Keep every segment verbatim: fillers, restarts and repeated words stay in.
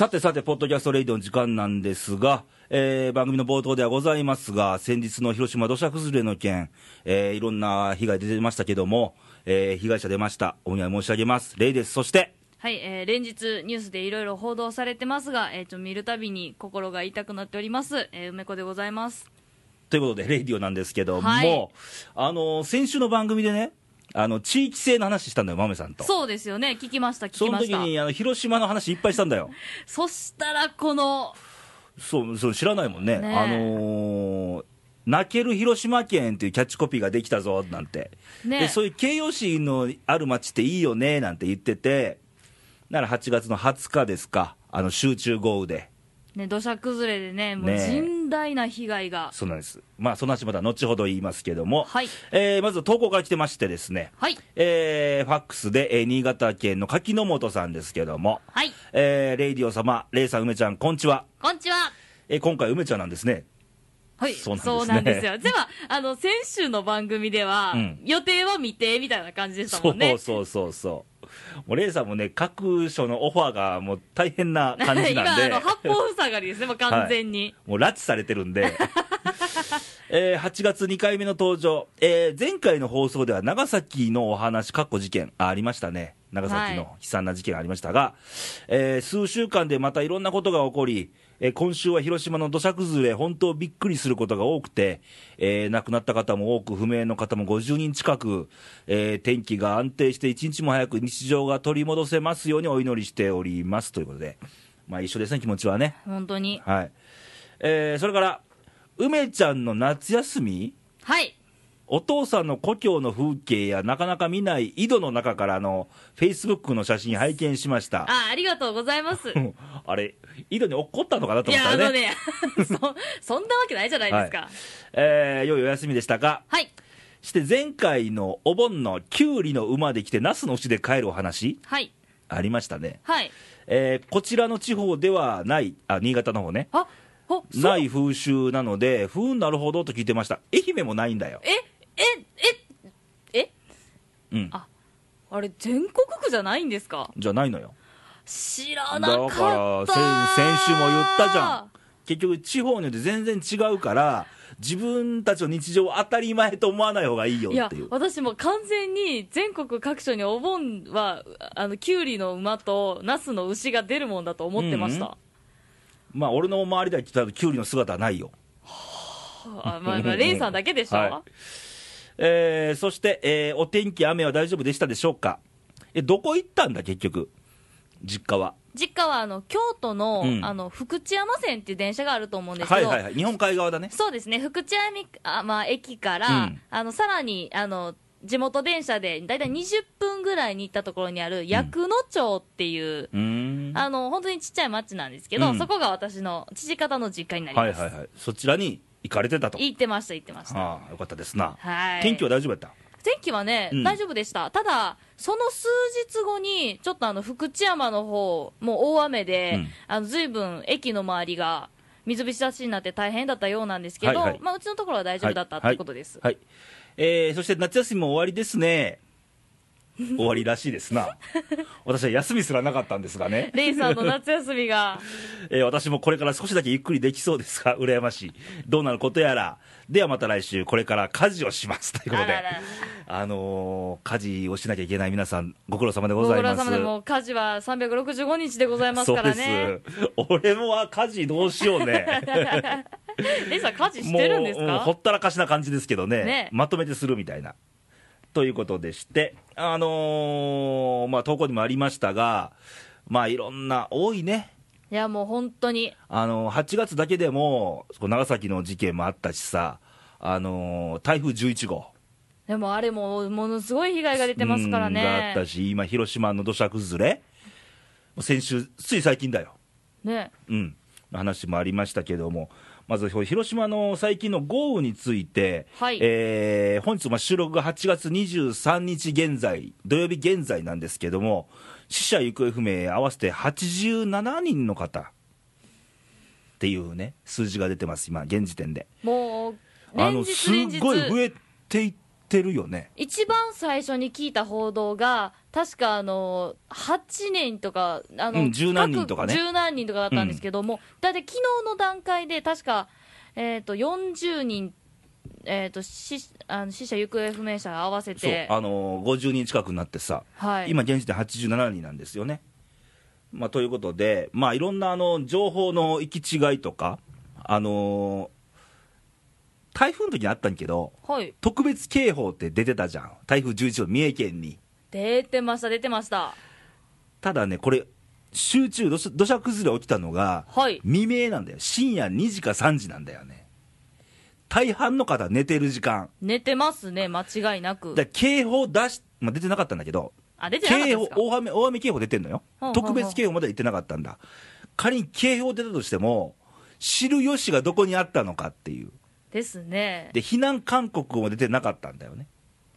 さてさて、ポッドキャストレイディオの時間なんですが、えー、番組の冒頭ではございますが、先日の広島土砂崩れの件、えー、いろんな被害出てましたけども、えー、被害者出ました。お見舞い申し上げます。レイです。そして、 はい、えー、連日ニュースでいろいろ報道されてますが、えー、ちょ見るたびに心が痛くなっております、えー、梅子でございます。 ということで、レイディオなんですけども、 はい、 あのー、先週の番組でね、あの地域性の話したんだよ、豆さんと。 そうですよね、聞きました、聞きました。 その時にあの広島の話いっぱいしたんだよ。 そしたら、この、 そうそう知らないもんね、 ねあのー、泣ける広島県っていうキャッチコピーができたぞなんて、 ね、 でそういう形容詞のある街っていいよねなんて言ってて、ならはちがつのはつかですか、あの集中豪雨で。 ね、土砂崩れでね、もう甚大な被害が、 ね、そうなんです。まあその話また後ほど言いますけども、 はい、 えー、まず投稿から来てましてですね、 はい、 えー、ファックスで、えー、新潟県の柿の本さんですけども、 はい、 えー、レイディオ様、レイさん、梅ちゃん、こんちは。 こんちは。 えー、今回梅ちゃんなんですね。 はい、 そうなんですね。 そうなんですよ。では、あの先週の番組では、うん、予定は未定みたいな感じでしたもんね。 そうそうそうそう。もうレイさんもね、各所のオファーがもう大変な感じなんで今あの八方塞がりですね、もう完全に、はい、 もう拉致されてるんで、えー、はちがつにかいめの登場、えー、前回の放送では長崎のお話、かっこ事件 あ, ありましたね、長崎の悲惨な事件ありましたが、はい、えー、数週間でまたいろんなことが起こり、えー、今週は広島の土砂崩れ、本当びっくりすることが多くて、えー、亡くなった方も多く、不明の方もごじゅうにん近く、えー、天気が安定して一日も早く日常が取り戻せますようにお祈りしておりますということで、まあ、一緒ですね、気持ちはね。 本当に、 はい、えー、それから梅ちゃんの夏休み、 はい、 お父さんの故郷の風景やなかなか見ない井戸の中からのフェイスブックの写真拝見しました。 あ、ありがとうございますあれ、井戸に落っこったのかなと思ったらね。 いや、あのねそ, そんなわけないじゃないですか、はい、 えー、良いお休みでしたが、 はい、 して前回のお盆のきゅうりの馬で来てナスの牛で帰るお話、 はい、 ありましたね、 はい、 えー、こちらの地方ではない、あ、新潟の方ね、 あない風習なので、ふうなるほどと聞いてました。愛媛もないんだよ。 ええええうん、ああれ全国区じゃないんですか。 じゃないのよ。 知らなかった。だから先週も言ったじゃん。結局地方によって全然違うから、自分たちの日常を当たり前と思わない方がいいよっていう。 いや、私も完全に全国各所にお盆はあのキュウリの馬とナスの牛が出るもんだと思ってました、うんうん、まあ俺の周りではキュウリの姿はないよ。 はあ、まあ、まあレイさんだけでしょ、はい、 えー、そして、えー、お天気雨は大丈夫でしたでしょうか。え、どこ行ったんだ結局実家は。 実家はあの京都 の,、うん、あの福知山線っていう電車があると思うんですけど、 はいはいはい、日本海側だね。 そうですね、福知山あ、まあ、駅から、うん、あのさらにあの地元電車でだいたいにじゅっぷんぐらいに行ったところにある八雲町っていう、うん、あの本当にちっちゃい町なんですけど、うん、そこが私の父方の実家になります。 はいはいはい、そちらに行かれてたと。 行ってました行ってました。 ああ、よかったですな、 はい、 天気は大丈夫やった。 天気はね、うん、大丈夫でした。ただその数日後にちょっとあの福知山の方もう大雨で、うん、あの随分駅の周りが水浸しになって大変だったようなんですけど、はいはい、まあ、うちのところは大丈夫だったということです。 はいはいはい、えー、そして夏休みも終わりですね。終わりらしいですな私は休みすらなかったんですがね、 レイさんの夏休みが、 えー、私もこれから少しだけゆっくりできそうですが羨ましい。どうなることやら。ではまた来週これから家事をしますということで、 あ, ららあのー、家事をしなきゃいけない皆さんご苦労様でございます。 ご苦労様でも家事はさんびゃくろくじゅうごにちでございますからね。 そうです。俺も家事どうしようねレイさん家事してるんですか。 もうほったらかしな感じですけど ね, ね、 まとめてするみたいなということでして、あのーまあ、投稿にもありましたが、まあ、いろんな多いね。 いやもう本当にあのはちがつだけでも長崎の事件もあったしさ、あの台風じゅういちごうでもあれもものすごい被害が出てますからね。 があったし、今広島の土砂崩れ先週つい最近だよね、 うん、話もありましたけども、まず広島の最近の豪雨について、 はい、 えー、本日、まあ、収録がはちがつにじゅうさんにち現在、土曜日現在なんですけども、死者・行方不明合わせてはちじゅうななにんの方っていうね数字が出てます、今現時点で。 もう連日連日あのすっごい増えていってってるよね。 一番最初に聞いた報道が、確かあのはちねんとか、あの、 うん、十何人とかね、 十何人とかだったんですけども、だいたい昨日の段階で、確か、えー、とよんじゅうにん、えー、と 死, あの死者、行方不明者合わせて、 そう、あのー、ごじゅうにん近くになってさ、 はい、 今、現時点はちじゅうななにんなんですよね。まあ、ということで、まあ、いろんなあの情報の行き違いとか、あのー、台風の時にあったんけど、 はい、 特別警報って出てたじゃん、台風じゅういち号、三重県に。 出てました、出てました。 ただね、これ、集中土砂、土砂崩れ起きたのが、 はい、 未明なんだよ、深夜にじかさんじなんだよね。大半の方、寝てる時間。 寝てますね、間違いなく。 だ警報出し、まあ、出てなかったんだけど、 あ、出てなかった警報ですか。 大雨、大雨警報出てんのよ、 ほうほうほう、 特別警報までは言ってなかったんだ。仮に警報出たとしても、知る由がどこにあったのかっていう。 ですね。 で、避難勧告も出てなかったんだよね。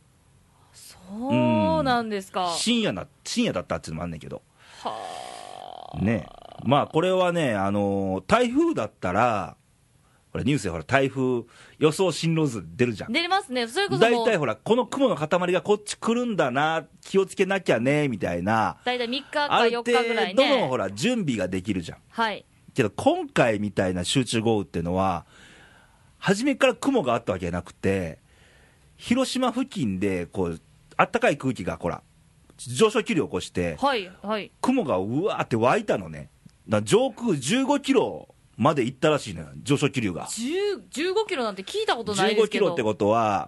そうなんですか。 深夜な、深夜だったっていうのもあんねんけど。 はあ。 ね、まあこれはね、あのー、台風だったら、ほらニュースでほら台風予想進路図出るじゃん。 出ますね。それこそ大体ほらこの雲の塊がこっち来るんだな、気をつけなきゃねみたいな、 大体みっかあかる程よっかぐらい度ね。 のほら準備ができるじゃん。 はい。 けど今回みたいな集中豪雨っていうのは、初めから雲があったわけじゃなくて、広島付近でこう暖かい空気がほら上昇気流を起こして、 はいはい。 雲がうわーって湧いたのね。だから上空じゅうごキロまで行ったらしいのよ、上昇気流が。 じゅう、じゅうごキロなんて聞いたことないじゅうごですけど。 キロってことは、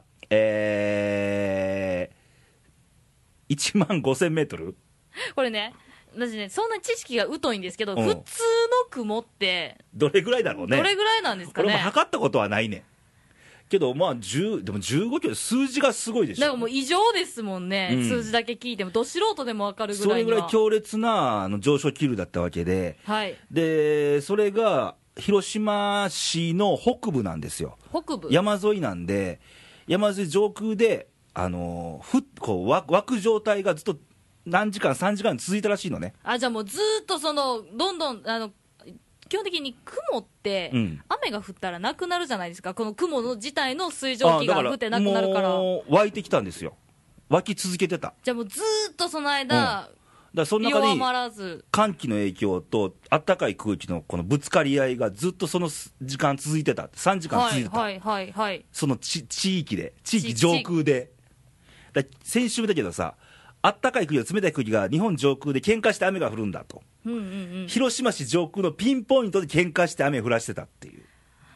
えー、いちまんごせんメートル。 これね、私ね、そんな知識が疎いんですけど、 うん普通の雲ってどれぐらいだろうね。 どれぐらいなんですかね。 俺も測ったことはないねんけど、まあ10でもじゅうごキロ、数字がすごいでしょ。 だからもう異常ですもんね、 うん、 数字だけ聞いても、ど素人でも分かるぐそらいには。 れぐらい強烈なあの上昇気流だったわけで、 はい、 でそれが広島市の北部なんですよ。 北部山沿いなんで、山沿い上空で、あのふこう湧湧く状態がずっと何時間、さんじかん続いたらしいのね。 あ、じゃあもうずーっとそのどんどんあの基本的に雲って、うん、雨が降ったらなくなるじゃないですか、この雲の自体の水蒸気が降ってなくなるから、 もう湧いてきたんですよ、湧き続けてた。 じゃあもうずーっとその間、 うんだからその中弱まらず、 寒気の影響と暖かい空気のこのぶつかり合いがずっとその時間続いてた、さんじかん続いてた、 はいはいはいはい、 その地地域で、地域上空で、だ先週だけどさ、暖かい空気と冷たい空気が日本上空で喧嘩して雨が降るんだと、 うんうんうん、 広島市上空のピンポイントで喧嘩して雨を降らしてたっていう。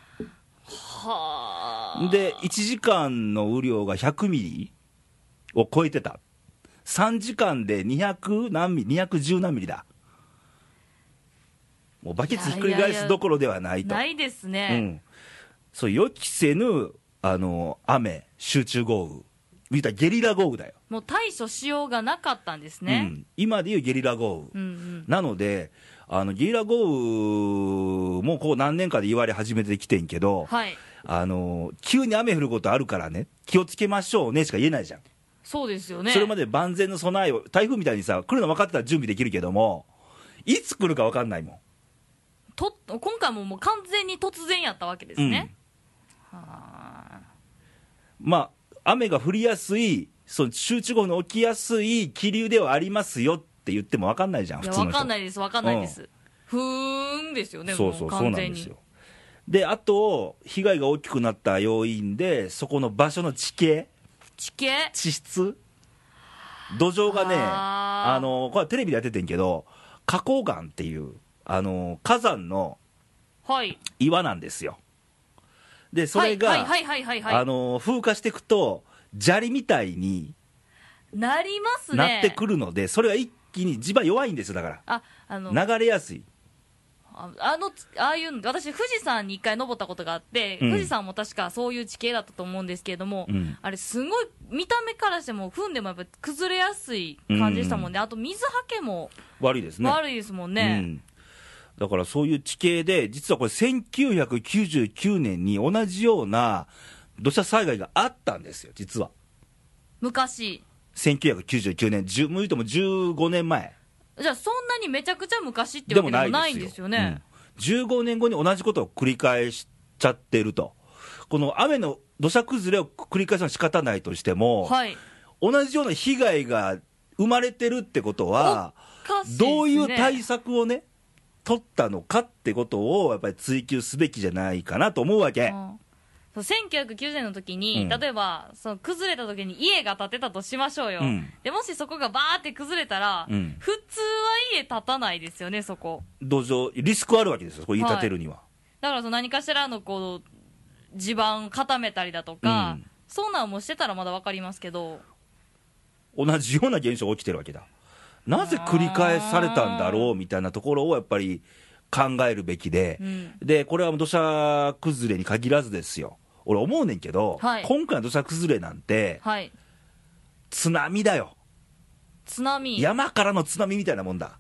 はでいちじかんの雨量がひゃくミリを超えてた。さんじかんでにひゃく何ミリ、にひゃくじゅう何ミリだ。もうバケツひっくり返すどころではないと。 ないですね、 うん、そう予期せぬあの雨、集中豪雨、見たゲリラ豪雨だよ。 もう対処しようがなかったんですね、 うん、今でいうゲリラ豪雨、 うんうん、 なのであのゲリラ豪雨もこう何年かで言われ始めてきてんけど、 はい、 あの急に雨降ることあるからね、気をつけましょうねしか言えないじゃん。 そうですよね。 それまで万全の備えを、台風みたいにさ、来るの分かってたら準備できるけども、いつ来るか分かんないもん。 と今回ももう完全に突然やったわけですね、うん、はあ、 まあ雨が降りやすい、その集中豪雨の起きやすい気流ではありますよって言っても分かんないじゃん、普通の人。 いや分かんないです分かんないです、うん、ふーんですよね。 そうそう、 もう完全にそうなんですよ。であと被害が大きくなった要因で、そこの場所の地形、 地形地質、土壌がね、あのこれテレビでやっててんけど、花崗岩っていうあの火山の岩なんですよ。でそれが風化していくと砂利みたいになりますね、 なってくるので、それが一気に地盤弱いんですよ。だからああの流れやすい。 あのああいう私、富士山にいっかい登ったことがあって、うん、富士山も確かそういう地形だったと思うんですけれども、うん、あれ、すごい見た目からしても、踏んでもやっぱ崩れやすい感じでしたもんね、うん、あと水はけも悪いですね、 悪いですもんね、うん、 だからそういう地形で、実はこれ、せんきゅうひゃくきゅうじゅうきゅうねんに同じような土砂災害があったんですよ、実は。 昔、 せんきゅうひゃくきゅうじゅうきゅうねん、む言うてもじゅうごねんまえ。 じゃあ、そんなにめちゃくちゃ昔ってわけでもないんですよね。 じゅうごねんごに同じことを繰り返しちゃってると、この雨の土砂崩れを繰り返すのは仕方ないとしても、 はい、 同じような被害が生まれてるってことは、 ね、 どういう対策をね、取ったのかってことをやっぱり追求すべきじゃないかなと思うわけ。うん、 そうせんきゅうひゃくきゅうじゅうねんの時に、うん、例えばその崩れた時に家が建てたとしましょうよ、うん、でもしそこがバーって崩れたら、うん、普通は家建たないですよね。そこ土壌リスクあるわけですよ、これ家建てるには、はい、 だからその何かしらのこう地盤固めたりだとか、うん、そんなんもしてたらまだ分かりますけど、 同じような現象が起きてるわけだ。なぜ繰り返されたんだろうみたいなところをやっぱり考えるべきで、うん、でこれは土砂崩れに限らずですよ。俺思うねんけど、はい、今回の土砂崩れなんて、はい、津波だよ。 津波、 山からの津波みたいなもんだ。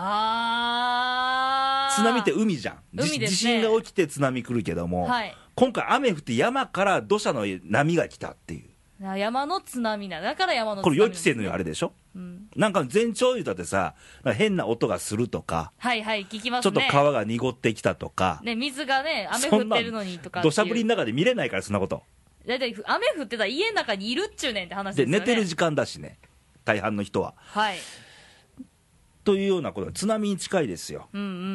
あ津波って海じゃん。 海ですね、 地震が起きて津波来るけども、はい、今回雨降って山から土砂の波が来たっていう。 山の津波な、だから山の津波、 これ予期せぬあれでしょ、うん、なんか前兆言うたってさ、変な音がするとか、 はいはい、聞きますね。 ちょっと川が濁ってきたとか、 ね、水がね、雨降ってるのにとか、 土砂降りの中で見れないから、そんなこと。 だいたい雨降ってたら家の中にいるっちゅうねんって話ですよね。 で寝てる時間だしね、大半の人は。 はい。 というようなこと、津波に近いですよ。 うんうんうんうん。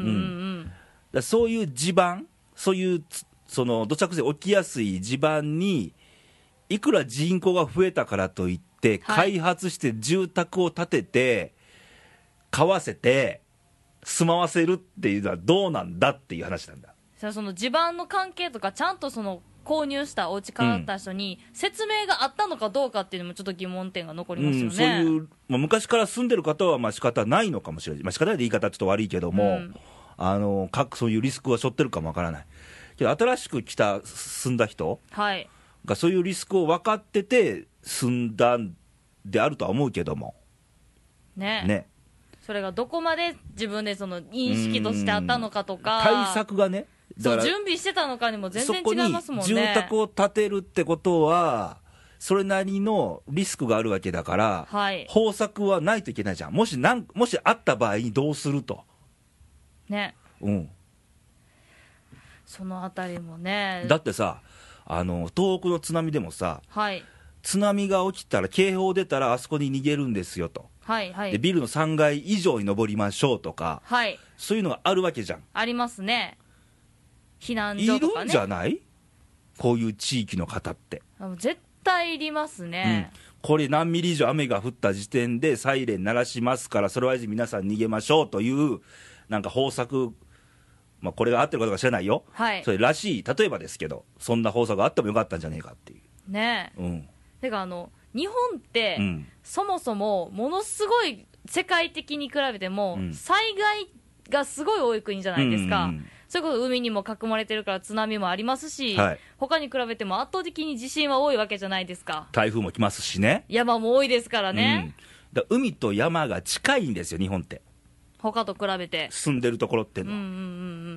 だそういう地盤、そういうその土砂崩れ起きやすい地盤に、いくら人口が増えたからといって、はい、開発して住宅を建てて買わせて住まわせるっていうのはどうなんだっていう話なんだ。 その地盤の関係とか、ちゃんとその購入したお家買った人に説明があったのかどうかっていうのもちょっと疑問点が残りますよね。うん、そういう、 まあ、昔から住んでる方はまあ仕方ないのかもしれない、まあ、仕方ないで言い方はちょっと悪いけども、うん、あの各そういうリスクは背負ってるかもわからない。けど新しく来た住んだ人、 はい、 がそういうリスクを分かってて住んだんであるとは思うけどもね、 ね、 それがどこまで自分でその認識としてあったのかとか、 対策がね、 だからそう準備してたのかにも全然違いますもんね。 そこに住宅を建てるってことはそれなりのリスクがあるわけだから、はい、方策はないといけないじゃん。もしなんもしあった場合にどうするとね、 うん、 そのあたりもね。 だってさ、あの東北の津波でもさ、 はい、 津波が起きたら警報出たらあそこに逃げるんですよと、 はいはい、 でビルのさんがい以上に登りましょうとか、 はい、 そういうのがあるわけじゃん。 ありますね。避難所とかね、 いるんじゃない、こういう地域の方って。 絶対いりますね、 うん、これ何ミリ以上雨が降った時点でサイレン鳴らしますから、それは皆さん逃げましょうというなんか方策、まあ、これが合ってるかどうか知らないよ、 はい、 それらしい、例えばですけど、そんな方策があってもよかったんじゃねえかっていうねえ、 うん、 てかあの日本って、うん、そもそもものすごい世界的に比べても、うん、災害がすごい多い国じゃないですか、うんうんうん、それこそ海にも囲まれてるから津波もありますし、はい、他に比べても圧倒的に地震は多いわけじゃないですか。 台風も来ますしね、 山も多いですからね、 うん、だ海と山が近いんですよ日本って、 他と比べて住んでるところっていうのは、うんうんうんうん、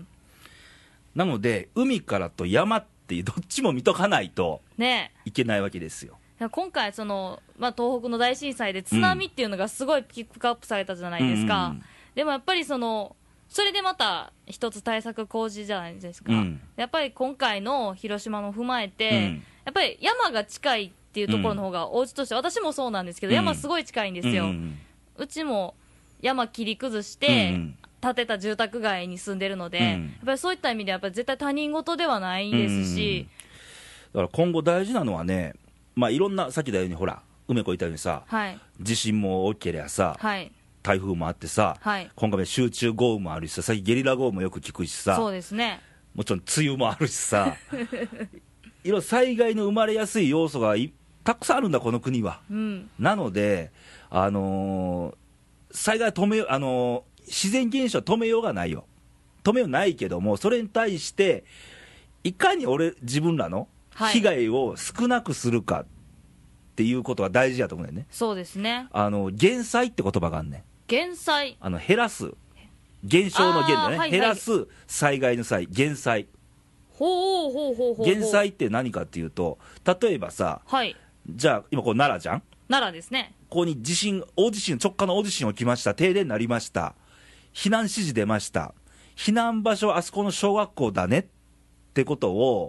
なので海からと山ってどっちも見とかないといけないわけですよ、 ね、今回その、まあ、東北の大震災で津波っていうのがすごいピックアップされたじゃないですか、うんうんうん、でもやっぱりそのそれでまた一つ対策講じじゃないですか、うん、やっぱり今回の広島の踏まえて、うん、やっぱり山が近いっていうところの方がお家として、私もそうなんですけど、うん、山すごい近いんですよ、うんうん、うちも山切り崩して、うん、建てた住宅街に住んでるので、うん、やっぱりそういった意味でやっぱり絶対他人事ではないですし、 うん、だから今後大事なのはね、まあ、いろんなさっき言ったようにほら梅子言ったようにさ、はい、地震も大きければさ、はい、台風もあってさ、はい、今回集中豪雨もあるしさ、最近ゲリラ豪雨もよく聞くしさ、 そうですね、 もちろん梅雨もあるしさいろいろ災害の生まれやすい要素がたくさんあるんだこの国は、うん、なので、あのー、災害止めあのー、自然現象は止めようがないよ、止めようないけども、それに対していかに俺自分らの被害を少なくするかっていうことが大事だと思うんだよね。 そうですね、 あの減災って言葉があるね。 減災、 あの減らす、減少の減だね、はいはい、減らす災害の際、減災。 ほうほうほうほう。 減災って何かっていうと、例えばさ、はい、じゃあ今こう奈良じゃん、 奈良ですね、 ここに地震、大地震、直下の大地震起きました、停電になりました、避難指示出ました、避難場所はあそこの小学校だねってことを、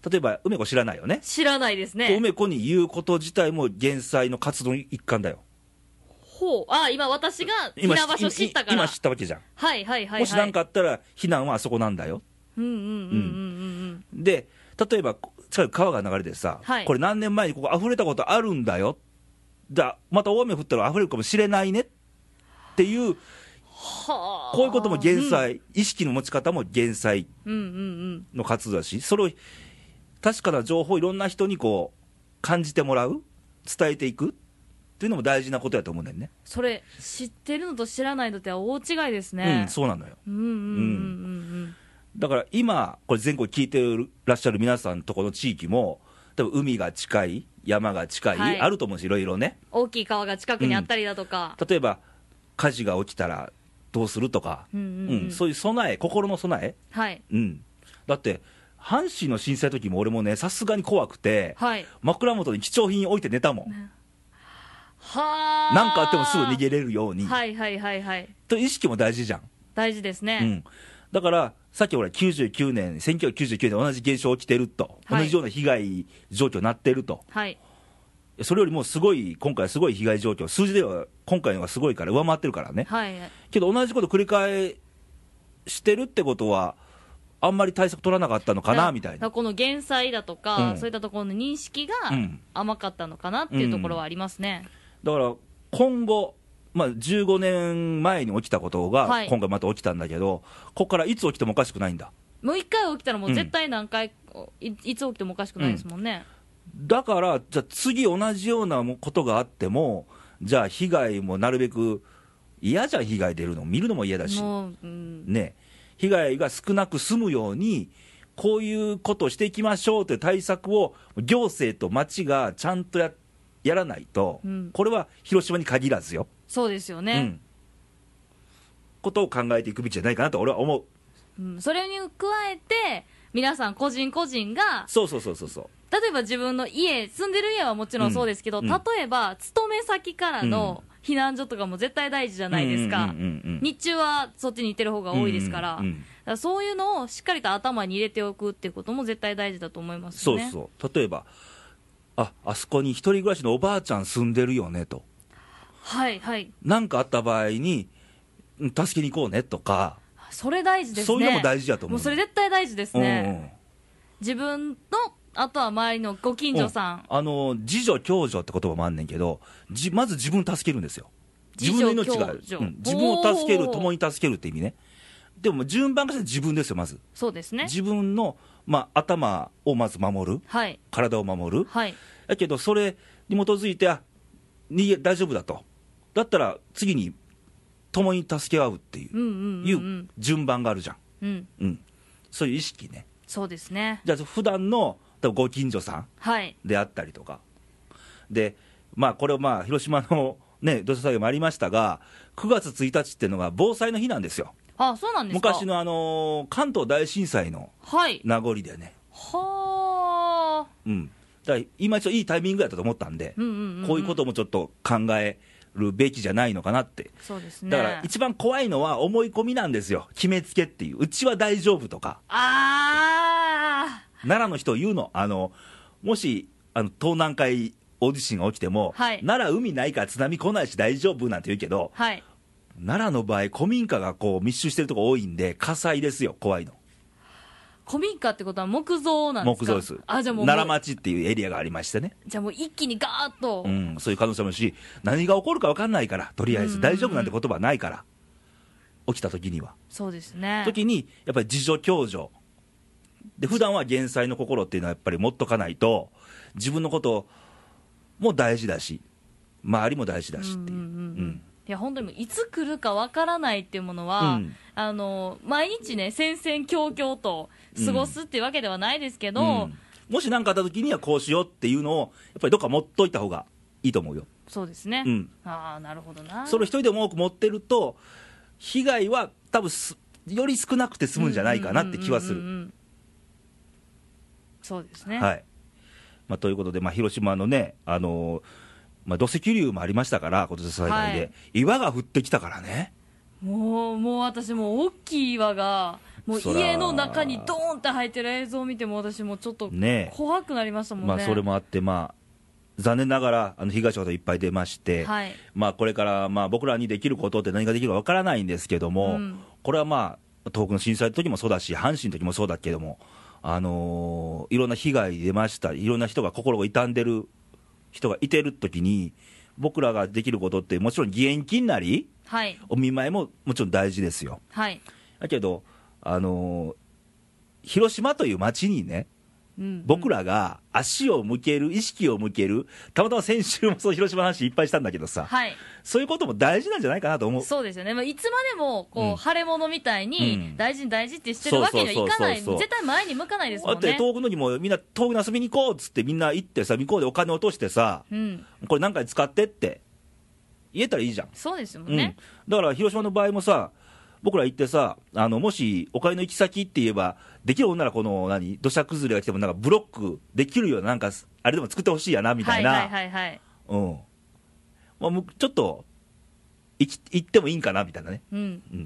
例えば梅子知らないよね。 知らないですね。 梅子に言うこと自体も減災の活動の一環だよ。 ほう、あ、今私が避難場所知ったから。 今知ったわけじゃん。 はいはいはい、はい、 もし何かあったら避難はあそこなんだよ。 うんうんうんうんうん。 で例えば近く川が流れてさ、はい、これ何年前にここ溢れたことあるんだよ、だまた大雨降ったら溢れるかもしれないねっていう、はこういうことも減災、うん、意識の持ち方も減災の活動だし、それを確かな情報をいろんな人にこう感じてもらう、伝えていくっていうのも大事なことやと思うねんね。 それ知ってるのと知らないのって大違いですね。 うん、そうなのよ。 うんうんうんうん、うんだから今、これ全国聞いてらっしゃる皆さんのところの地域も、多分海が近い、山が近い、はい、あると思うし、いろいろね、 大きい川が近くにあったりだとか、 うん、例えば火事が起きたらどうするとか、うんうんうんうん、そういう備え、心の備え、はいうん、だって、阪神の震災の時も俺もね、さすがに怖くて、はい、枕元に貴重品置いて寝たもん。ね、はなんかあってもすぐ逃げれるように、 はいはいはいはい、 という意識も大事じゃん。 大事ですね。 うんだからさっき俺きゅうじゅうきゅうねん、せんきゅうひゃくきゅうじゅうきゅうねん同じ現象起きてると、はい、同じような被害状況になってると、はい、それよりもすごい、今回すごい被害状況、数字では今回のがすごいから上回ってるからね、はい、けど同じこと繰り返してるってことは、あんまり対策取らなかったのかなみたいな、 この減災だとか、うん、そういったところの認識が甘かったのかなっていうところはありますね。 うん、だから今後まあ、じゅうごねんまえに起きたことが今回また起きたんだけど、はい、ここからいつ起きてもおかしくないんだ。 もういっかい起きたらもう絶対何回、うん、い, いつ起きてもおかしくないですもんね。 うん、だからじゃあ次同じようなことがあっても、じゃあ被害もなるべく嫌じゃん、被害出るの見るのも嫌だし、もう、うん、ね、被害が少なく済むようにこういうことをしていきましょうという対策を行政と町がちゃんと や, やらないと、うん、これは広島に限らずよ。 そうですよね、うん、 ことを考えていくべきじゃないかなと俺は思う、 うん、それに加えて皆さん個人個人がそうそうそうそうそう例えば自分の家住んでる家はもちろんそうですけど、うん、例えば勤め先からの避難所とかも絶対大事じゃないですか。日中はそっちに行ってる方が多いですから、うんうんうん、だからそういうのをしっかりと頭に入れておくっていうことも絶対大事だと思いますよね。 そうそう、例えば あ, あそこに一人暮らしのおばあちゃん住んでるよねと、 はいはい、 なんかあった場合に助けに行こうねとか、 それ大事ですね。 そういうのも大事だと思う。 もうそれ絶対大事ですね、うんうん、自分のあとは周りのご近所さん、 うん、あの自助共助って言葉もあんねんけど、じまず自分助けるんですよ。自分の命が、うん、自分を助ける、共に助けるって意味ね。でも順番がして自分ですよ。まずそうですね、 自分の、まあ、頭をまず守る、はい、体を守る、はい、だけどそれに基づいてあ逃げ大丈夫だと、だったら次に共に助け合うっていう、うんうんうんうん、いう順番があるじゃん、うんうん、そういう意識ね。 そうですね。 じゃあ普段のご近所さんであったりとか、はい、でまあこれをまあ広島のね土砂災害もありましたが、くがつついたちっていうのが防災の日なんですよ。 あ、そうなんですか。 昔の、あのー、関東大震災の名残でね、はあ、うん、だから今一応いいタイミングだったと思ったんで、うんうんうんうん、こういうこともちょっと考えるべきじゃないのかなって。 そうですね。 だから一番怖いのは思い込みなんですよ。決めつけっていう、うちは大丈夫とか、あ奈良の人言うの、あのもしあの東南海大地震が起きても、はい、奈良海ないから津波来ないし大丈夫なんて言うけど、はい、奈良の場合古民家がこう密集してるとこ多いんで火災ですよ、怖いの。 古民家ってことは木造なんですか。 木造です。あ、じゃあもう奈良町っていうエリアがありましてね。 じゃあもう一気にガーッと、 うん、そういう可能性もあるし、何が起こるか分かんないから、とりあえず大丈夫なんて言葉はないから、起きた時には、 そうですね、 時にやっぱり自助共助で、普段は減災の心っていうのはやっぱり持っとかないと、自分のことも大事だし周りも大事だしっていう、うんうんうんうん、 いや本当にいつ来るかわからないっていうものは、うん、あの毎日ね戦々恐々と過ごすっていうわけではないですけど、うんうん、 もし何かあった時にはこうしようっていうのをやっぱりどっか持っといた方がいいと思うよ。 そうですね、うん、ああなるほどな。 それを一人でも多く持ってると被害は多分より少なくて済むんじゃないかなって気はする、うんうんうんうん、 そうですね、 はい、まあ、ということで、まあ、広島のね、あのーまあ、土石流もありましたから、今年災害で、はい、岩が降ってきたからね。 もう、もう私もう大きい岩がもう家の中にドーンって入ってる映像を見ても、私もちょっと怖くなりましたもんね。 まあ、それもあって、まあ、残念ながらあの被害者の方いっぱい出まして、はい、まあ、これからまあ僕らにできることって何ができるかわからないんですけども、うん、これはまあ東北の震災の時もそうだし、阪神の時もそうだけども、あのー、いろんな被害出ました、いろんな人が心を痛んでる人がいてる時に、僕らができることって、もちろん義援金なり、はい、お見舞いももちろん大事ですよ。はい、だけど、あのー、広島という街にね、うんうん、僕らが足を向ける、意識を向ける、たまたま先週もそう広島の話いっぱいしたんだけどさ、はい、そういうことも大事なんじゃないかなと思う。 そうですよね、まあ、いつまでもこう、うん、腫れ物みたいに大事に大事ってしてるわけにはいかない、絶対前に向かないですもんね。 だって遠くのにもみんな遠くに遊びに行こうっつってみんな行ってさ、向こうでお金落としてさ、うん、これ何回使ってって言えたらいいじゃん。 そうですよね、 うん、だから広島の場合もさ、僕ら行ってさ、あのもしお金の行き先って言えば、できるもんならこの何土砂崩れが来てもなんかブロックできるような、なんかあれでも作ってほしいやなみたいな、はいはいはいはい、うん、まあ、ちょっと行き行ってもいいんかなみたいなね、うんうん、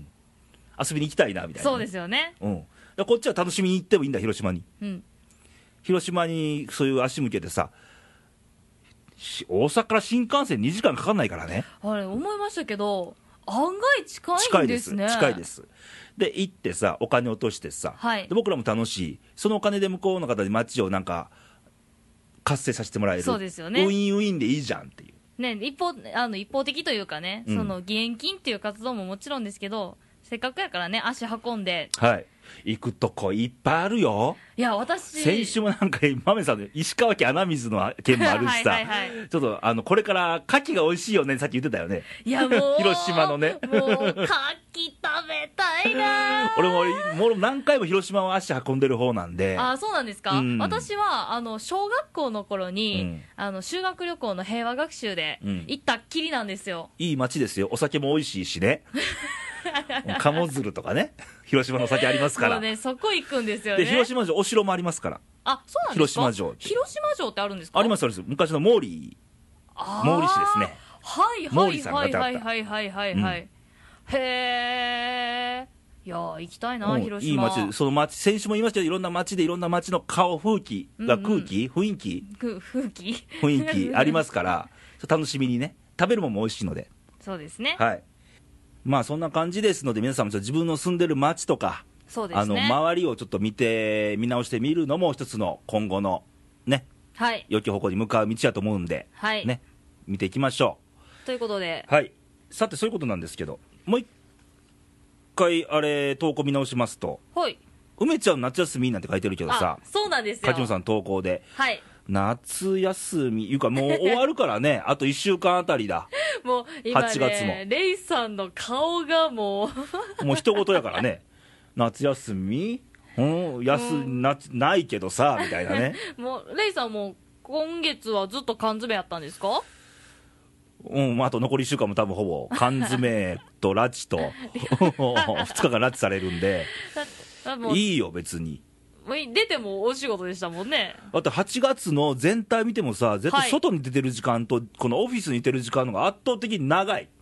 遊びに行きたいなみたいな、ね、 そうですよね、 うん、だからこっちは楽しみに行ってもいいんだ、広島に、うん、広島にそういう足向けてさ、大阪から新幹線にじかんかかんないからね。 あれ思いましたけど、案外近いんですね。 近いです、近いです。で行ってさ、お金落としてさ、はい、で僕らも楽しい、そのお金で向こうの方で街をなんか活性させてもらえる。 そうですよね、 ウィンウィンでいいじゃんっていう、 ね、一方あの一方的というかね、うん、その義援金っていう活動ももちろんですけど、せっかくやからね、足運んで、 はい、行くとこいっぱいあるよ。 いや私先週もなんか豆さんの石川県穴水の県もあるしさはいはい、はい、ちょっとあのこれから牡蠣が美味しいよね、さっき言ってたよね。 いやもう広島のね、 もう牡蠣食べたいな俺ももう何回も広島を足運んでる方なんで。 あ、そうなんですか、うん、私はあの小学校の頃に、うん、あの修学旅行の平和学習で行ったっきりなんですよ、 うん、いい街ですよ、お酒も美味しいしね鴨鶴とかね、広島のお酒ありますから、 もうね、そこ行くんですよね。 で広島城、お城もありますから。 あ、そうなんですか。 広島城って、 広島城ってあるんですか。 あります、あります。昔の毛利毛利氏ですね。 はいはいはいはいはいはいはいはい、うん、へえ、いや行きたいな、広島。いい街、その街、先週も言いましたけど、いろんな街でいろんな街の顔、風紀が、うんうん、空気雰囲気風紀雰囲気ありますから楽しみにね、食べるものも美味しいので。 そうですね、 はい、まあそんな感じですので、皆さんもちょっと自分の住んでる街とか、 そうですね、 あの周りをちょっと見て見直してみるのも一つの今後のね、はい、良き方向に向かう道だと思うんで、はい、ね、見ていきましょうということで、 はい、さてそういうことなんですけど、もう一回あれ投稿見直しますと、はい、梅ちゃん夏休みなんて書いてるけどさ、 そうなんですよ、 梶本さん投稿で、 はい、 夏休みいうかもう終わるからねあといっしゅうかんあたりだもう今ね、 はちがつもレイさんの顔がもうもう一言やからね夏休み、うん、休、うん、な, ないけどさみたいなねもうレイさんも今月はずっと缶詰やったんですか。 うん、あと残りいっしゅうかんも多分ほぼ缶詰と拉致とふつかかん拉致されるんでいいよ別に、 出てもお仕事でしたもんね。 だってはちがつの全体見てもさ、絶対外に出てる時間と、はい、このオフィスにいてる時間の方が圧倒的に長い。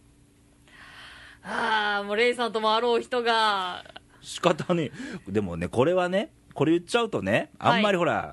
ああ、もうレイさんともあろう人が仕方ねえ。でもね、これはね、これ言っちゃうとね、あんまりほら、はい、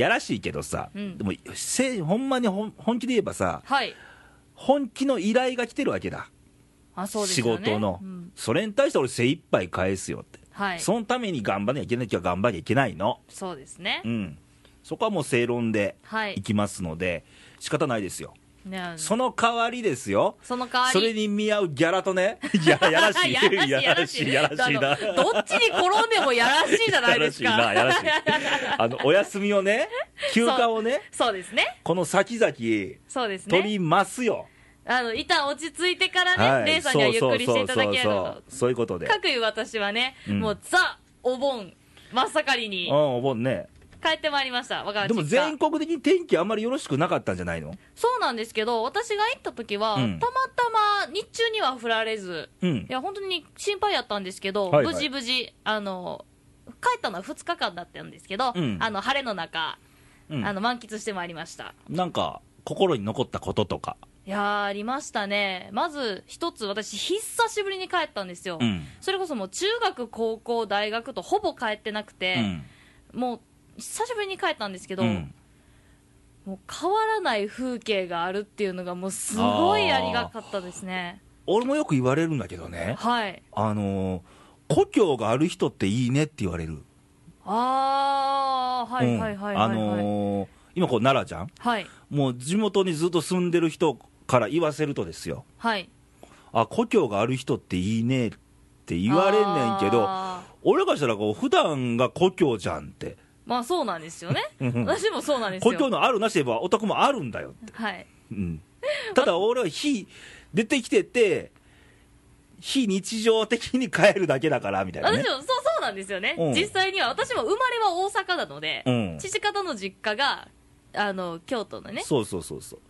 やらしいけどさ、うん、でもせほんまに本気で言えばさ、はい、本気の依頼が来てるわけだ。 あ、そうですよね、 仕事の、うん、それに対して俺精一杯返すよって、はい、そのために頑張らなきゃいけない時は頑張らなきゃいけないの。 そうですね、 うん、そこはもう正論でいきますので、はい、仕方ないですよ。その代わりですよ、 その代わりそれに見合うギャラとね、や, やらしいやらしいやらしいな、 どっちに転んでもやらしいじゃないですか。 やらしいな、やらしいあのお休みをね、休暇をね、 そ, そうですね、 この先々 そうですね、 取りますよ。 あの一旦落ち着いてからね、はい、レイさんにはゆっくりしていただければと。 そういうことで、 かくいう私はね、うん、もうザお盆真っ盛りに、 うん、お盆ね、 帰ってまいりました。 でも全国的に天気あんまりよろしくなかったんじゃないの。 そうなんですけど、私が行った時は、うん、たまたま日中には降られず、うん、いや本当に心配やったんですけど、はいはい、無事無事あの帰ったのはふつかかんだったんですけど、うん、あの晴れの中、うん、あの満喫してまいりました。 なんか心に残ったこととか。 いやーありましたね。まず一つ、私久しぶりに帰ったんですよ、うん、それこそもう中学高校大学とほぼ帰ってなくて、うん、もう久しぶりに帰ったんですけど、うん、もう変わらない風景があるっていうのがもうすごいありがかったですね。 俺もよく言われるんだけどね、 はい、 あのー、故郷がある人っていいねって言われる。 あーはいはいはいはい、はい、 あのー、今こう奈良じゃん、 はい、もう地元にずっと住んでる人から言わせるとですよ、 はい、 あ故郷がある人っていいねって言われんねんけど、俺からしたらこう普段が故郷じゃんって。 まあそうなんですよね私もそうなんですよ。 故郷のあるなしで言えばお宅もあるんだよって、 はい、 うん、ただ俺は非出てきてて非日常的に帰るだけだからみたいな、ね、 私もそうそうなんですよね、うん、実際には私も生まれは大阪なので、うん、父方の実家があの京都のね。 そうそうそうそう、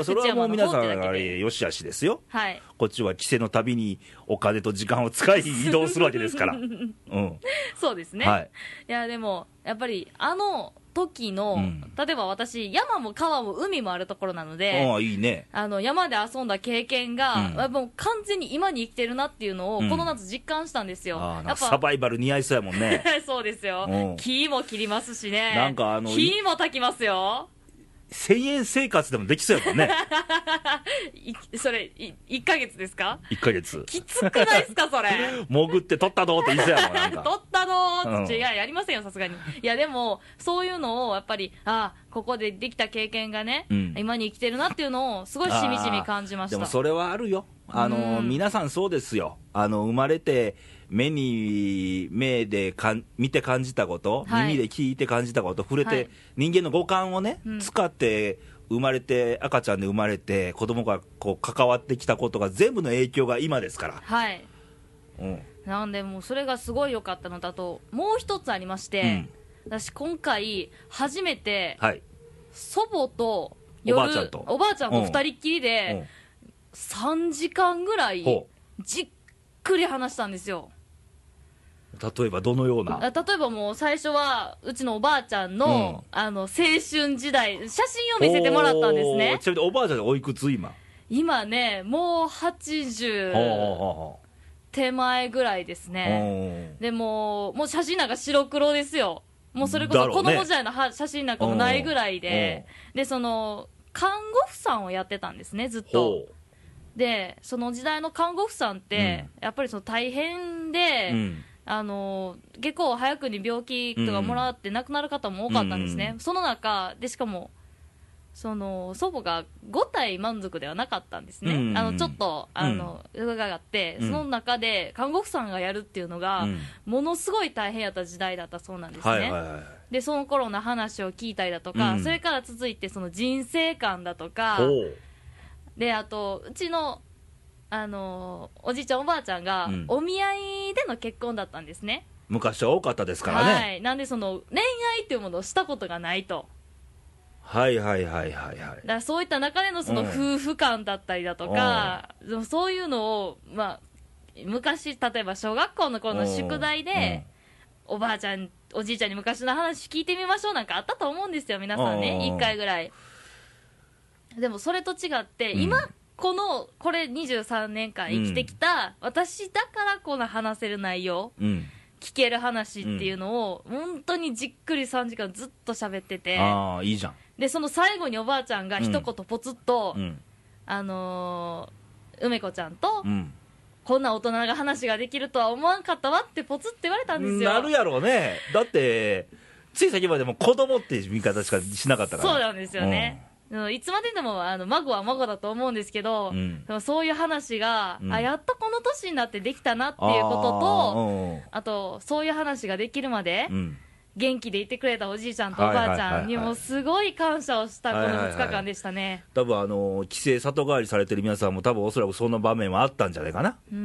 それはもう皆さんあれよしあしですよ、 はい、 こっちは帰省のたびにお金と時間を使い移動するわけですから、うん、 そうですね、はい、いやでもやっぱりあの時の、うん、例えば私山も川も海もあるところなので、 あいいね、 あの山で遊んだ経験が、うん、もう完全に今に生きてるなっていうのを、うん、この夏実感したんですよ。 あやっぱサバイバル似合いそうやもんねそうですよ、木も切りますしね、 なんかあの火も焚きますよ。 せんえん生活でもできそうやもんねそれいいっかげつですか。 いっかげつきつくないですかそれ潜って取ったどーって言いそうやもんなんか取ったどーって、うん、いややりませんよさすがに。いやでもそういうのをやっぱりあここでできた経験がね、うん、今に生きてるなっていうのをすごいしみじみ感じました。 でもそれはあるよ、あの、うん、皆さんそうですよ、あの生まれて目に目でかん見て感じたこと、はい、耳で聞いて感じたこと、触れて、はい、人間の五感をね、うん、使って生まれて赤ちゃんで生まれて子供がこう関わってきたことが全部の影響が今ですから、 はい、うん、なんでもうそれがすごい良かったのだともう一つありまして、うん、私今回初めて、はい、祖母と夜おばあちゃんとおばあちゃんと二人っきりで、うん、さんじかんぐらいじっくり話したんですよ。 例えばどのような。 例えばもう最初はうちのおばあちゃん の,、うん、あの青春時代写真を見せてもらったんですね。 ちなみにおばあちゃんおいくつ今。 今ねもうはちじゅう手前ぐらいですね。でももう写真なんか白黒ですよ。もうそれこそ子供時代の写真なんかもないぐらいで、でその看護婦さんをやってたんですねずっと。でその時代の看護婦さんって、うん、やっぱりその大変で、うん、あの結構早くに病気とかもらって亡くなる方も多かったんですね、うん、その中でしかもその祖母がご体満足ではなかったんですね、うん、あのちょっとあの、うん、伺って、その中で看護婦さんがやるっていうのが、うん、ものすごい大変やった時代だったそうなんですね、はいはいはい、でその頃の話を聞いたりだとか、うん、それから続いてその人生観だとかで、あとうちの、あのおじいちゃんおばあちゃんが、うん、お見合いでの結婚だったんですね。 昔は多かったですからね、 はい、なんでその恋愛っていうものをしたことがないと。 はいはいはいはいはい。 だからそういった中でのその夫婦間だったりだとか、うん、そういうのを、まあ、昔例えば小学校の頃の宿題で、うん、おばあちゃんおじいちゃんに昔の話聞いてみましょうなんかあったと思うんですよ皆さんね、いっかいぐらい。でもそれと違って、うん、今このこれにじゅうさんねんかん生きてきた、うん、私だからこの話せる内容、うん、聞ける話っていうのを、うん、本当にじっくりさんじかんずっと喋ってて、 ああいいじゃん。 でその最後におばあちゃんが一言ポツッと、うん、あのー、梅子ちゃんと、うん、こんな大人が話ができるとは思わんかったわってポツって言われたんですよ。 なるやろうね。だってつい先までも子供っていう見方しかしなかったから。 そうなんですよね、うん、いつまででもあの孫は孫だと思うんですけど、うん、でもそういう話が、うん、あやっとこの年になってできたなっていうことと、 あ, あとそういう話ができるまで、うん、元気でいてくれたおじいちゃんとおばあちゃんにもすごい感謝をしたこのふつかかんでしたね、はいはいはい、 多分あの帰省里帰りされてる皆さんも多分おそらくそんな場面はあったんじゃないかな。うん、うん、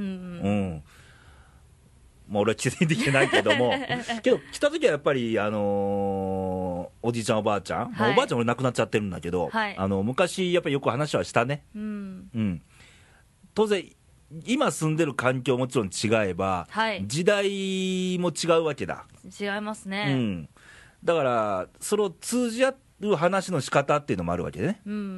まあ、俺は帰省できてないけどもけど来た時はやっぱり、あのー、おじいちゃんおばあちゃん、はい、まあ、おばあちゃん俺亡くなっちゃってるんだけど、はい、あの昔やっぱりよく話はしたね、うんうん、当然今住んでる環境もちろん違えば、はい、時代も違うわけだ。 違いますね、 うん、だからそれを通じ合る話の仕方っていうのもあるわけでね、 うんうんうんうん、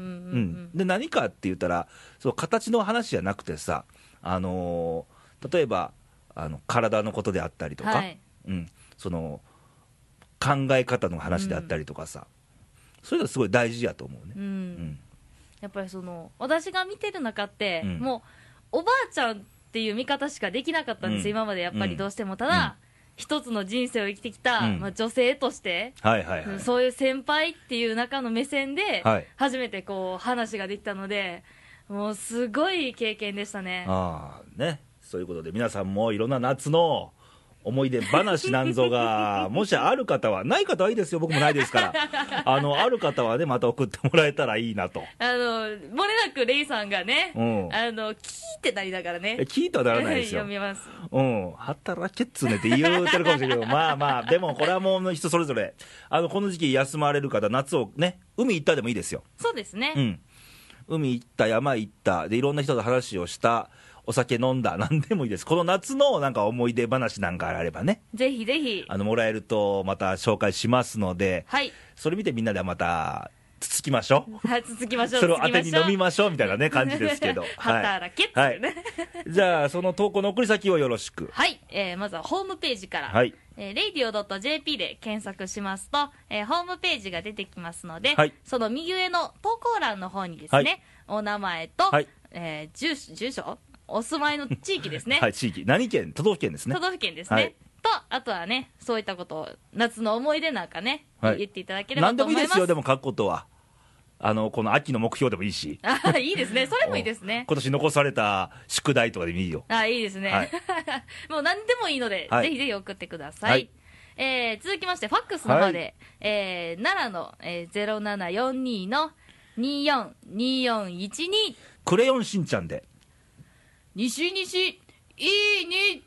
で何かって言ったら、その形の話じゃなくてさ、あのー、例えばあの体のことであったりとか、はい、うん、その考え方の話であったりとかさ、うん、そういうのすごい大事やと思うね、うんうん、 やっぱりその私が見てる中って、うん、もうおばあちゃんっていう見方しかできなかったんです、うん、今までやっぱりどうしても。ただ、うん、一つの人生を生きてきた、うんまあ、女性として、はいはいはい、そういう先輩っていう中の目線で、はい、初めてこう話ができたので、もうすごい経験でしたね。 あね、そういうことで皆さんもいろんな夏の思い出話なんぞがもしある方は、ない方はいいですよ、僕もないですからあのある方はね、また送ってもらえたらいいなと。 あの漏れなくレイさんがね、うん、あの聞いてなりながらね、 聞いてはならないですよ読みます、 うん、働けっつねって言うてるかもしれないけどまあまあ、でもこれはもう人それぞれ、あのこの時期休まれる方、夏をね、海行ったでもいいですよ。 そうですね、 うん、海行った、山行ったで、いろんな人と話をした、お酒飲んだ、なんでもいいです。この夏のなんか思い出話なんかあればね、 ぜひぜひあのもらえるとまた紹介しますので、はい、それ見てみんなでまたつつきましょう、 はい、つつきましょう、 それを当てに飲みましょうみたいなね感じですけど働けっつってね、 はい、じゃあその投稿の送り先をよろしく。 はい、えー、まずはホームページから、はい、えー、レイディオ ドットジェーピー で検索しますと、えー、ホームページが出てきますので、はい、その右上の投稿欄の方にですね、はい、お名前と、はい、えー、住, 住所お住まいの地域ですねはい、地域、何県、都道府県ですね、 都道府県ですね、はい、とあとはね、そういったことを夏の思い出なんかね、はい、言っていただければと思います。 何でもいいですよ、でも書くことはあのこの秋の目標でもいいしあいいですね、それもいいですね今年残された宿題とかでもいいよ。 あいいですね、はい、もう何でもいいので、はい、ぜひぜひ送ってください、はい、えー、続きましてファックスの方で、はい、えー、奈良の、えー、ゼロななよんにのによんによんいちにクレヨンしんちゃんで西西いいに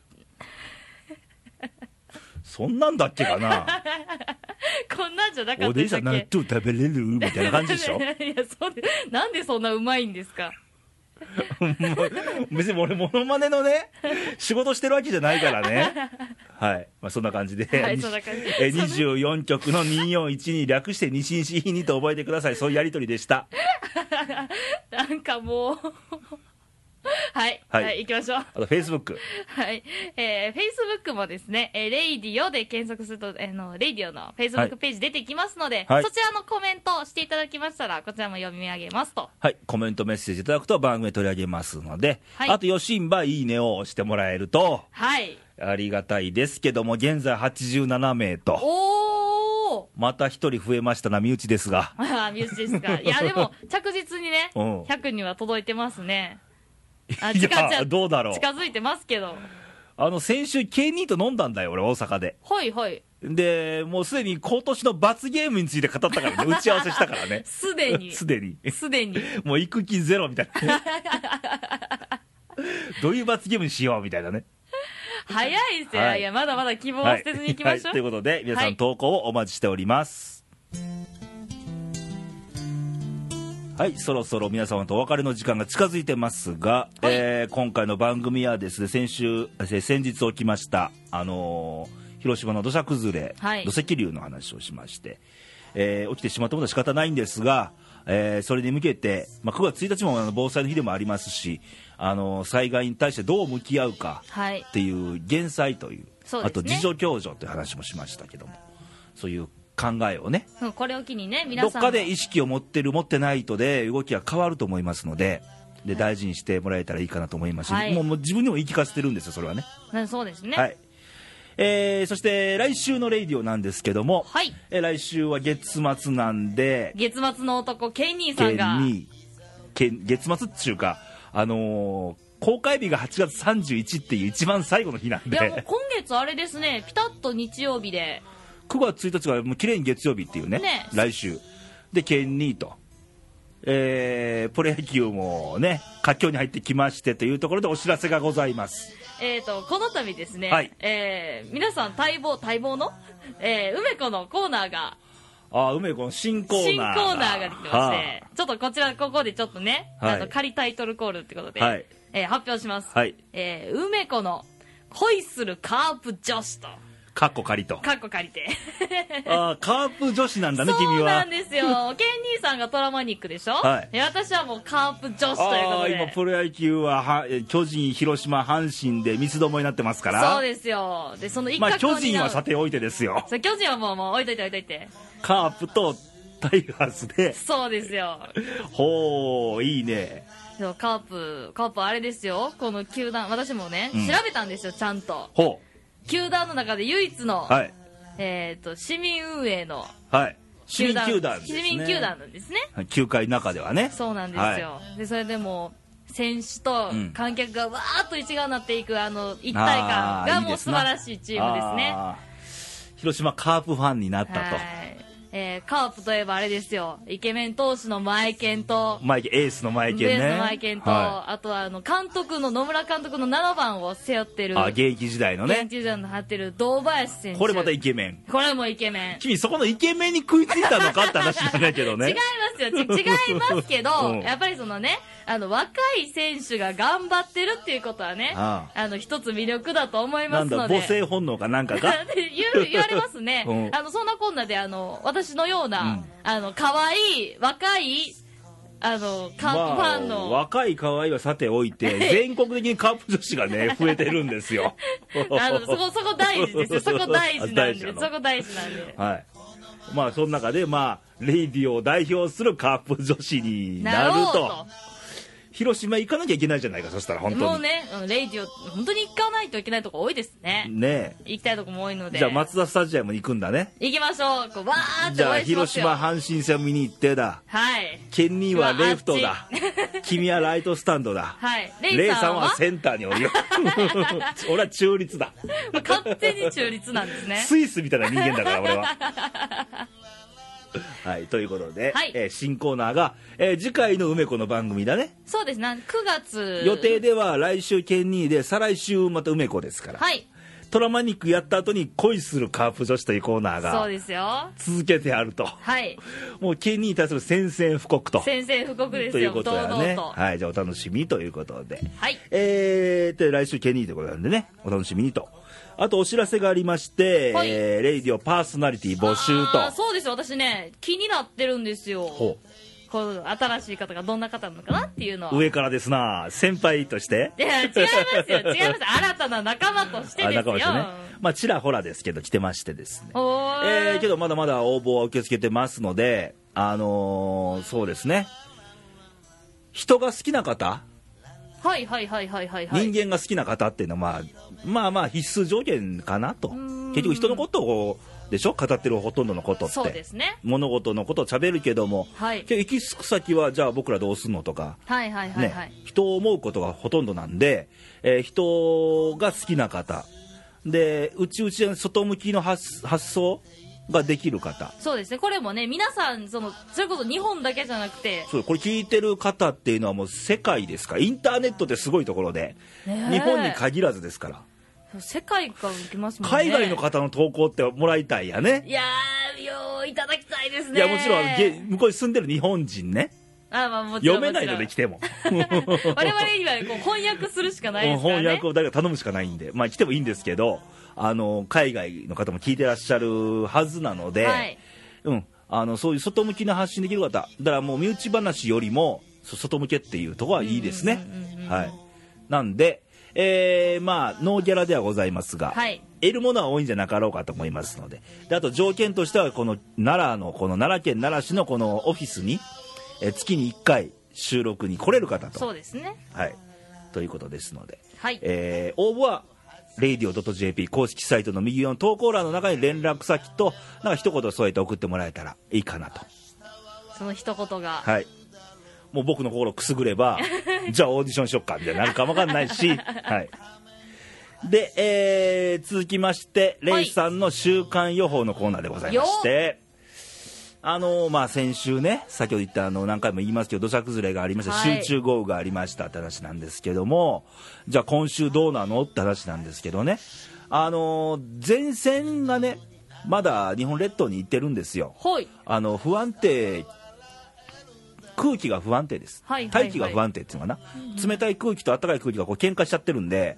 そんなんだっけかなこんなんじゃなかったでしたっけ。 おでんさん納豆食べれるみたいな感じでしょいやそうでなんでそんなうまいんですか別に俺モノマネのね仕事してるわけじゃないからねはい、まあ、そんな感じで、はい、そんな感じえにじゅうよんきょくのによんいちに略して西西いいにと覚えてください。そういうやりとりでしたなんかもうはい、はい、はい、行きましょう。あとフェイスブック、 はい、えー、フェイスブックもですね、えー、レイディオで検索すると、えー、のレイディオのフェイスブックページ出てきますので、はい、そちらのコメントしていただきましたら、こちらも読み上げますと。 はい、コメントメッセージいただくと番組で取り上げますので、はい、あとよしんばいいねを押してもらえると、はい、ありがたいですけども、現在はちじゅうななめいと、おー、また一人増えましたな、身内ですが身内ですが、いやでも着実にね、うん、ひゃくには届いてますね。 あいやどうだろう、 近づいてますけど、 あの先週 ケーツー と飲んだんだよ俺、大阪で。 はいはい。 でもうすでに今年の罰ゲームについて語ったからね打ち合わせしたからねすでにすでにすでにもう行く気ゼロみたいなどういう罰ゲームにしようみたいなね。 早いですよ、はい、いやまだまだ希望を捨てずにいきましょう、はいはい、 ということで皆さん投稿をお待ちしております。はい、そろそろ皆様とお別れの時間が近づいてますが、はい、えー、今回の番組はですね、先週先日起きました、あのー、広島の土砂崩れ、はい、土石流の話をしまして、えー、起きてしまったことは仕方ないんですが、えー、それに向けて、まあ、くがつついたちもあの防災の日でもありますし、あのー、災害に対してどう向き合うかっていう減災という、はい、あと自助共助という話もしましたけども、そういう考えをね、 うん、これを機にね、皆さんどっかで意識を持ってる持ってないとで動きが変わると思いますので、で大事にしてもらえたらいいかなと思いますし、はい、もうもう自分にも言い聞かせてるんですよ、それはね。 そうですね、 はい、えー、そして来週のレイディオなんですけども、はい、えー、来週は月末なんで、 月末の男ケンニーさんがケン月末っていうか、あのー、公開日がはちがつさんじゅういちっていう一番最後の日なんで、 いやもう今月あれですね、ピタッと日曜日でくがつついたちがもう綺麗に月曜日っていう ね, ね来週でケンニーと、えー、プロ野球もね佳境に入ってきましてというところでお知らせがございます。 えーとこの度ですね、はい、えー、皆さん待望待望の、えー、梅子のコーナーが、 あ、梅子の新コーナー新コーナーができまして、はあ、ちょっとこちらここでちょっとね、はい、あの仮タイトルコールってことで、はい、えー、発表します、はい、えー、梅子の恋するカープ女子と。 カッコ借りと。 カッコ借りて。 ああ、カープ女子なんだね、君は。 そうなんですよ。ケン兄さんがトラマニックでしょ。はい。私はもうカープ女子ということで。ああ、 今プロ野球はは巨人、広島、阪神で三つどもになってますから。 そうですよ。で、その一角を担う。 まあ巨人はさておいてですよ。 巨人はもうもう置いといて置いといて。 カープとタイガースで。 そうですよ。 ほう、いいね。 カープ、カープあれですよ。この球団、私もね、うん、調べたんですよ、ちゃんと。 ほう。 球団の中で唯一の、はい、えっ、ー、と、市民運営の、 はい。市民球団ですね。 市民球団なんですね。 球界の中ではね。 そうなんですよ。はい、で、それでも、選手と観客がわーっと一丸になっていく、あの、一体感がもう素晴らしいチームですね。 広島カープファンになったと。はい、 えー、カープといえばあれですよ、イケメン投手の前健と、 前エースの前健ね、 エースの前健と、はい、あとはあの監督の野村監督のななばんを背負ってる、 あ、現役時代のね、 現役時代の張ってる堂林選手、 これまたイケメン、 これもイケメン、 君そこのイケメンに食いついたのかって話なんだけどね。 違いますよ、違いますけど、うん、やっぱりそのね、あの若い選手が頑張ってるっていうことはね、ああ、あの一つ魅力だと思いますので。 なんだ母性本能かなんかが言, 言われますね、うん、あのそんなこんなであの私のような、うん、あの可愛い若いあのカープファンの、 まあ、若い可愛いはさておいて全国的にカープ女子がね増えてるんですよ。 あのそこそこ大事ですよ。そこ大事なんで、そこ大事なんで。 はい。まあその中でまあレイディを代表するカープ女子になると。広島行かなきゃいけないじゃないか、そしたら本当に。 もうね、レイディオ、本当に行かないといけないとこ多いですね。 ねえ。 行きたいとこも多いので。 じゃあ、マツダスタジアムに行くんだね。 行きましょう。こうわーって応援しますよ。 じゃあ、広島、阪神戦見に行ってだ。 はい。 ケンニーはレフトだ。君はライトスタンドだ。 はい。 レイさんはセンターにおるよ。俺は中立だ。 勝手に中立なんですね。 スイスみたいな人間だから、俺は。はい、ということで、はい、えー、新コーナーが、えー、次回の梅子の番組だね。 そうですね、くがつ予定では来週ケンニーで再来週また梅子ですから、 はい、 トラマニックやった後に恋するカープ女子というコーナーがそうですよ、 続けてあると、 はい、 もうケンニーに対する宣戦布告と宣戦布告ですよ、 ということだね。はい、じゃあお楽しみということで、 はい、 えー、で来週ケンニーということなんでね、お楽しみにと。あとお知らせがありまして、はい、えー、レイディオパーソナリティ募集と。 あ、そうですよ、私ね気になってるんですよ。ほう、この新しい方がどんな方なのかなっていうのは。 上からですな、先輩として。 いや違いますよ、違います、新たな仲間としてですよ。仲間としてね、 まあちらほらですけど来てましてですね、おー、えー、けどまだまだ応募は受け付けてますので、あのー、そうですね、人が好きな方、 はいはいはいはいはい、はい、 人間が好きな方っていうのは、まあ、まあまあ必須条件かなと。結局人のことをでしょ、語ってるほとんどのことって。 そうですね、 物事のことを喋るけども、はい、行き着く先はじゃあ僕らどうすんのとか、 はいはいはいはい、 ね、人を思うことがほとんどなんで、えー、人が好きな方で、うちうち外向きの 発, 発想ができる方。 そうですね、これもね皆さんそのそれこそ日本だけじゃなくて、 そう、これ聞いてる方っていうのはもう世界ですから、インターネットってすごいところで、日本に限らずですから、 世界から行きますもんね。 海外の方の投稿ってもらいたいやね。 いやー、よーいただきたいですね。 いやもちろん向こうに住んでる日本人ね、 あ、まあ、もちろん読めないので来ても我々にはこう翻訳するしかないですからね。 翻訳を誰か頼むしかないんで、まあ来てもいいんですけど、あの海外の方も聞いてらっしゃるはずなので、はい、うん、あのそういう外向きな発信できる方だからもう身内話よりも外向けっていうところはいいですね。はい。なんで、えー、まあノーギャラではございますが、はい、得るものは多いんじゃなかろうかと思いますので、であと条件としてはこの奈良のこの奈良県奈良市のこのオフィスに、えー、月にいっかい収録に来れる方と。 そうですね。 はい。ということですので、 はい、 えー、応募はレイディオ ドット ジェーピー 公式サイトの右の投稿欄の中に連絡先となんか一言添えて送ってもらえたらいいかなと。 その一言が、 はい、もう僕の心くすぐればじゃあオーディションしよっかみたいになるかもわかんないし、はい、で、えー、続きましてレイさんの週間予報のコーナーでございまして、あのーまあ、先週ね先ほど言ったあの何回も言いますけど土砂崩れがありました、はい、集中豪雨がありましたって話なんですけども、じゃあ今週どうなのって話なんですけどね、あのー、前線がねまだ日本列島に行ってるんですよ、はい、あの不安定、空気が不安定です、はいはいはい、大気が不安定っていうのかな、うん、冷たい空気と暖かい空気がこう喧嘩しちゃってるんで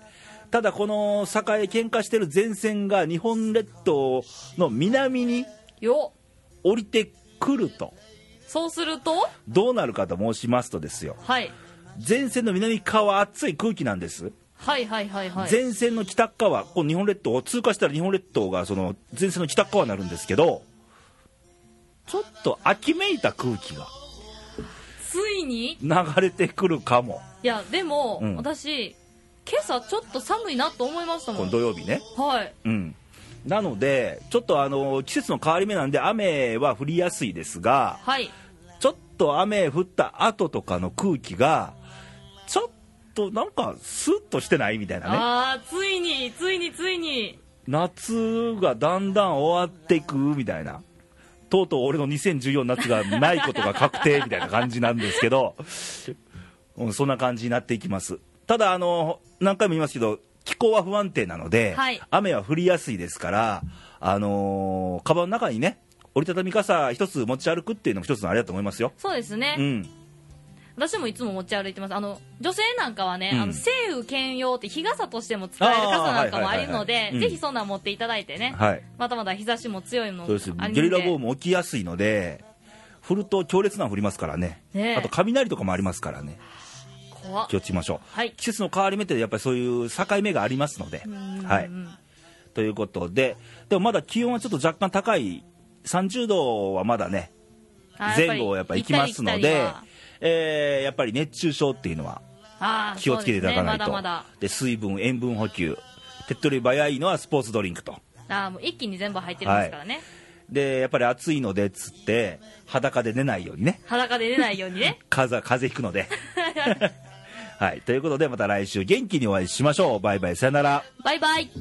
ただこの境喧嘩してる前線が日本列島の南によ降りてくると、 そうするとどうなるかと申しますとですよ、 はい、 前線の南側は熱い空気なんです。 はいはいはいはい。 前線の北側、こう日本列島を通過したら日本列島がその前線の北側になるんですけど、ちょっと秋めいた空気がついに流れてくるかも。 いやでも、 うん、 私今朝ちょっと寒いなと思いましたもん。 この土曜日ね。 はい、 うん、なのでちょっとあの季節の変わり目なんで雨は降りやすいですが、 はい、 ちょっと雨降った後とかの空気がちょっとなんかスッとしてないみたいなね。 あー、ついについについに夏がだんだん終わっていくみたいな、とうとう俺のにせんじゅうよん夏がないことが確定みたいな感じなんですけどうん、そんな感じになっていきます。ただあの何回も言いますけど気候は不安定なので、はい、雨は降りやすいですから、あのー、カバンの中にね折りたたみ傘一つ持ち歩くっていうのも一つのあれだと思いますよ。 そうですね、うん、私もいつも持ち歩いてます。あの女性なんかはね、うん、あの晴雨兼用って日傘としても使える傘なんかもあるので、ぜひそんなん持っていただいてね、はい、まだまだ日差しも強いのもあるので、 ゲリラ豪雨も起きやすいので降ると強烈な降りますから ね, ねあと雷とかもありますからね、気をつけましょう、はい、季節の変わり目ってやっぱりそういう境目がありますので、はい、ということで、でもまだ気温はちょっと若干高いさんじゅうどはまだね前後をやっぱり行きますので、えー、やっぱり熱中症っていうのは気をつけていただかないと。で、ねまだまだで水分塩分補給、手っ取り早いのはスポーツドリンクと、 あもう一気に全部入ってますからね、はい、 でやっぱり暑いのでっつって裸で寝ないようにね裸で寝ないようにね風邪ひくのではい、ということでまた来週元気にお会いしましょう。バイバイ、さよなら。 バイバイ。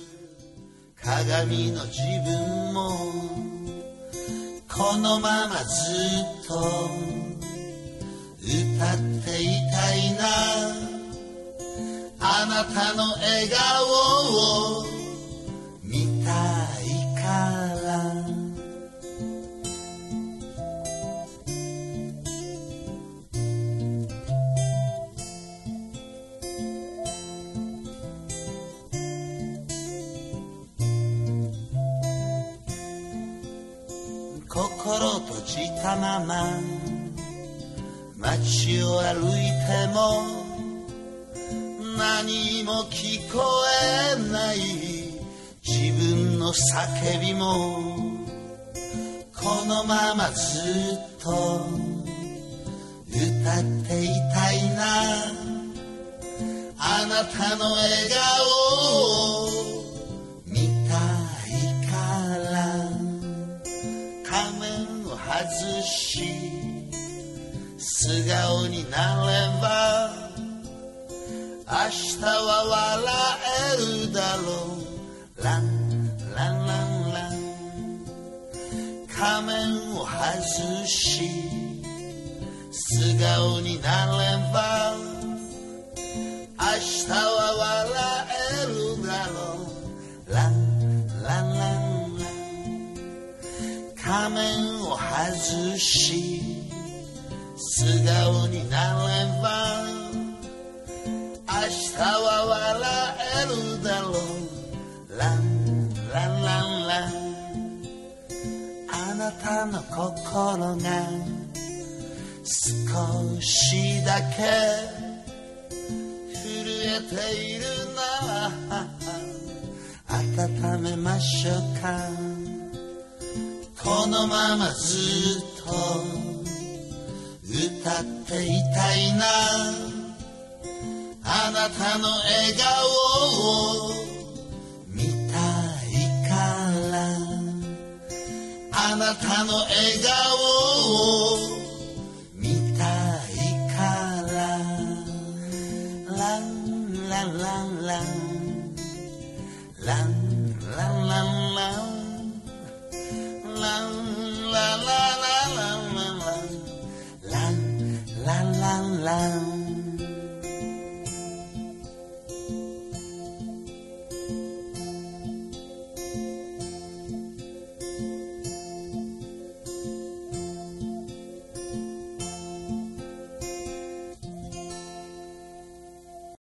鏡の自分もこのままずっと歌っていたいな、あなたの笑顔を見たいから心閉じたまま街を歩いても何も聞こえない自分の叫びもこのままずっと歌っていたいな、あなたの笑顔を見たいから仮面を外し素顔になれば明日は笑えるだろう、ランランランラン仮面を外し素顔になれば明日は笑えるだろう、ランランランラン仮面を外し素顔になれば明日は笑えるだろう、ランランランランあなたの心が少しだけ震えているなら温めましょうか、このままずっと歌っていたいな、あなたの笑顔を見たいからあなたの笑顔を見たいからランランランランランラン